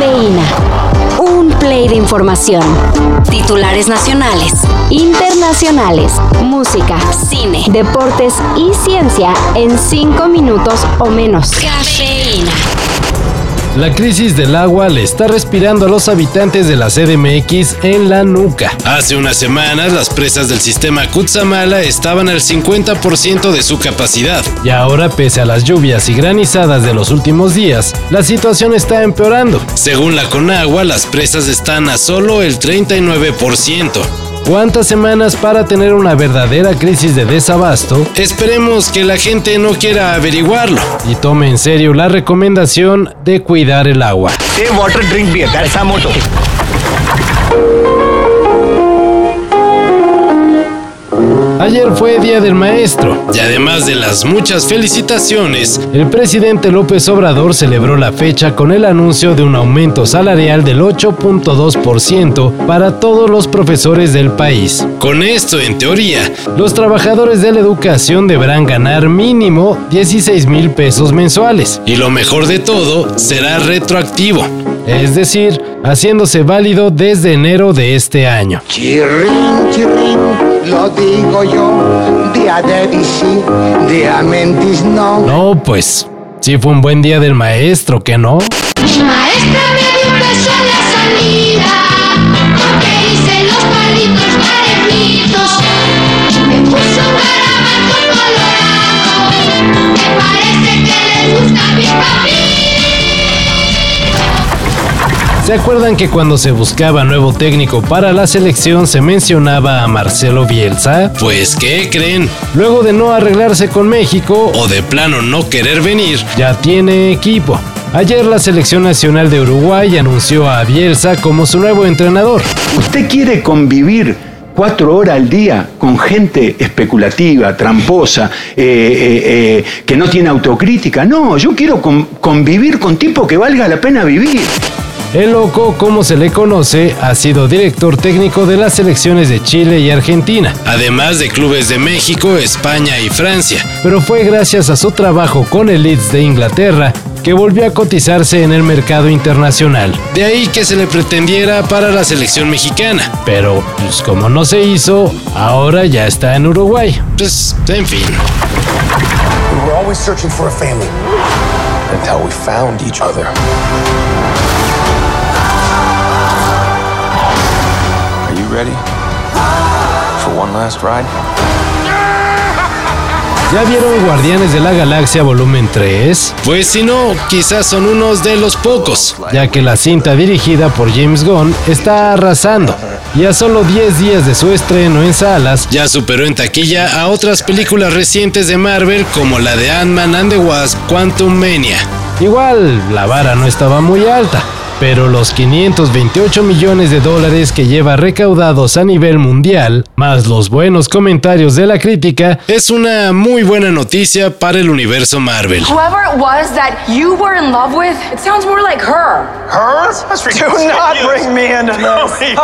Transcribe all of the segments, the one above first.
Cafeína. Un play de información. Titulares nacionales, internacionales, música, cine, deportes y ciencia en 5 minutos o menos. Cafeína. La crisis del agua le está respirando a los habitantes de la CDMX en la nuca. Hace unas semanas, las presas del sistema Cutzamala estaban al 50% de su capacidad. Y ahora, pese a las lluvias y granizadas de los últimos días, la situación está empeorando. Según la Conagua, las presas están a solo el 39%. ¿Cuántas semanas para tener una verdadera crisis de desabasto? Esperemos que la gente no quiera averiguarlo y tome en serio la recomendación de cuidar el agua. Water drink beer, that's our motto. Ayer fue Día del Maestro y además de las muchas felicitaciones, el presidente López Obrador celebró la fecha con el anuncio de un aumento salarial del 8.2% para todos los profesores del país. Con esto, en teoría, los trabajadores de la educación deberán ganar mínimo 16,000 pesos mensuales. Y lo mejor de todo, será retroactivo, es decir, haciéndose válido desde enero de este año. Chirrin, chirrin, lo digo yo, día de bici, día mentis no. No, pues, sí fue un buen día del maestro, ¿qué no? Mi maestra me dio un beso en la salida, porque hice los palitos parejitos. Me puso un garabato colorado, me parece que les gusta a mis papitos. ¿Se acuerdan que cuando se buscaba nuevo técnico para la selección se mencionaba a Marcelo Bielsa? Pues, ¿qué creen? Luego de no arreglarse con México o de plano no querer venir, ya tiene equipo. Ayer la Selección Nacional de Uruguay anunció a Bielsa como su nuevo entrenador. ¿Usted quiere convivir 4 horas al día con gente especulativa, tramposa, que no tiene autocrítica? No, yo quiero convivir con tipos que valga la pena vivir. El Loco, como se le conoce, ha sido director técnico de las selecciones de Chile y Argentina, además de clubes de México, España y Francia. Pero fue gracias a su trabajo con el Leeds de Inglaterra que volvió a cotizarse en el mercado internacional. De ahí que se le pretendiera para la selección mexicana. Pero, pues como no se hizo, ahora ya está en Uruguay. Pues, en fin. We were always searching for a family until we found each other. Ready for one last ride? ¿Ya vieron Guardianes de la Galaxia volumen 3? Pues si no, quizás son unos de los pocos, ya que la cinta dirigida por James Gunn está arrasando. Y a solo 10 días de su estreno en salas, ya superó en taquilla a otras películas recientes de Marvel como la de Ant-Man and the Wasp: Quantumania. Igual, la vara no estaba muy alta, pero los 528 millones de dólares que lleva recaudados a nivel mundial, más los buenos comentarios de la crítica, es una muy buena noticia para el universo Marvel. Whoever it was that you were in love with, it sounds more like her. Her? That's ridiculous. Do not bring me into this.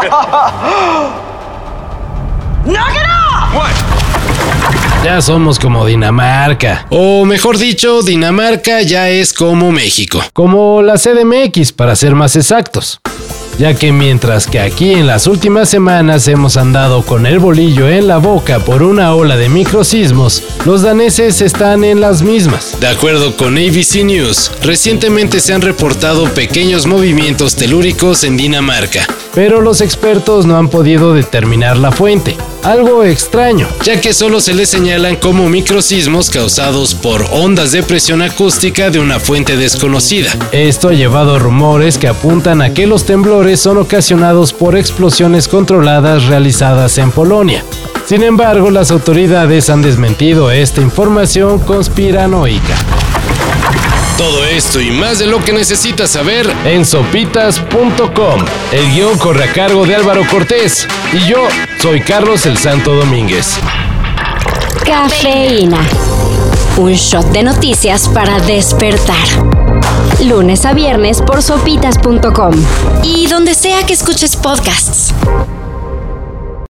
Knock it off! What? Ya somos como Dinamarca. O mejor dicho, Dinamarca ya es como México. Como la CDMX, para ser más exactos. Ya que mientras que aquí en las últimas semanas hemos andado con el bolillo en la boca por una ola de microsismos, los daneses están en las mismas. De acuerdo con ABC News, recientemente se han reportado pequeños movimientos telúricos en Dinamarca, pero los expertos no han podido determinar la fuente. Algo extraño, ya que solo se les señalan como microsismos causados por ondas de presión acústica de una fuente desconocida. Esto ha llevado a rumores que apuntan a que los temblores son ocasionados por explosiones controladas realizadas en Polonia. Sin embargo, las autoridades han desmentido esta información conspiranoica. Todo esto y más de lo que necesitas saber en sopitas.com. El guión corre a cargo de Álvaro Cortés y yo soy Carlos el Santo Domínguez. Cafeína. Un shot de noticias para despertar. Lunes a viernes por sopitas.com y donde sea que escuches podcasts.